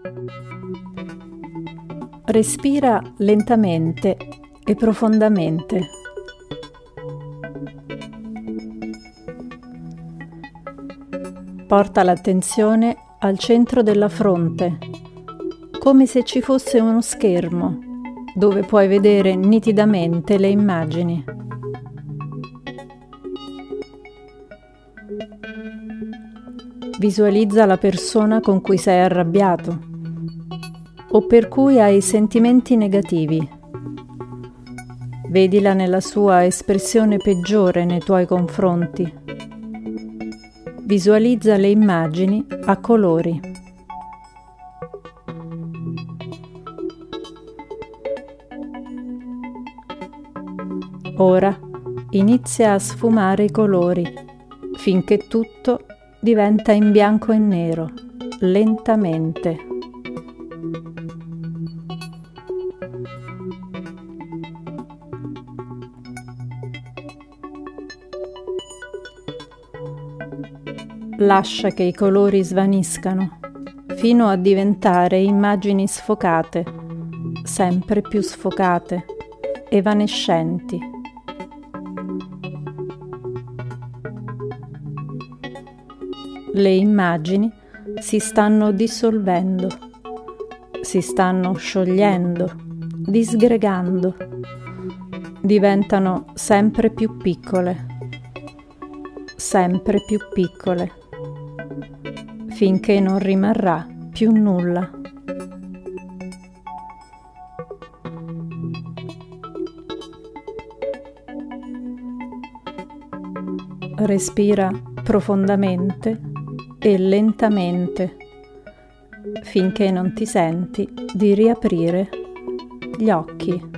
Respira lentamente e profondamente. Porta l'attenzione al centro della fronte, come se ci fosse uno schermo dove puoi vedere nitidamente le immagini. Visualizza la persona con cui sei arrabbiato o per cui hai sentimenti negativi. Vedila nella sua espressione peggiore nei tuoi confronti. Visualizza le immagini a colori. Ora inizia a sfumare i colori finché tutto diventa in bianco e nero, lentamente. Lascia che i colori svaniscano fino a diventare immagini sfocate, sempre più sfocate, evanescenti. Le immagini si stanno dissolvendo, si stanno sciogliendo, disgregando, diventano sempre più piccole, finché non rimarrà più nulla. Respira profondamente e lentamente finché non ti senti di riaprire gli occhi.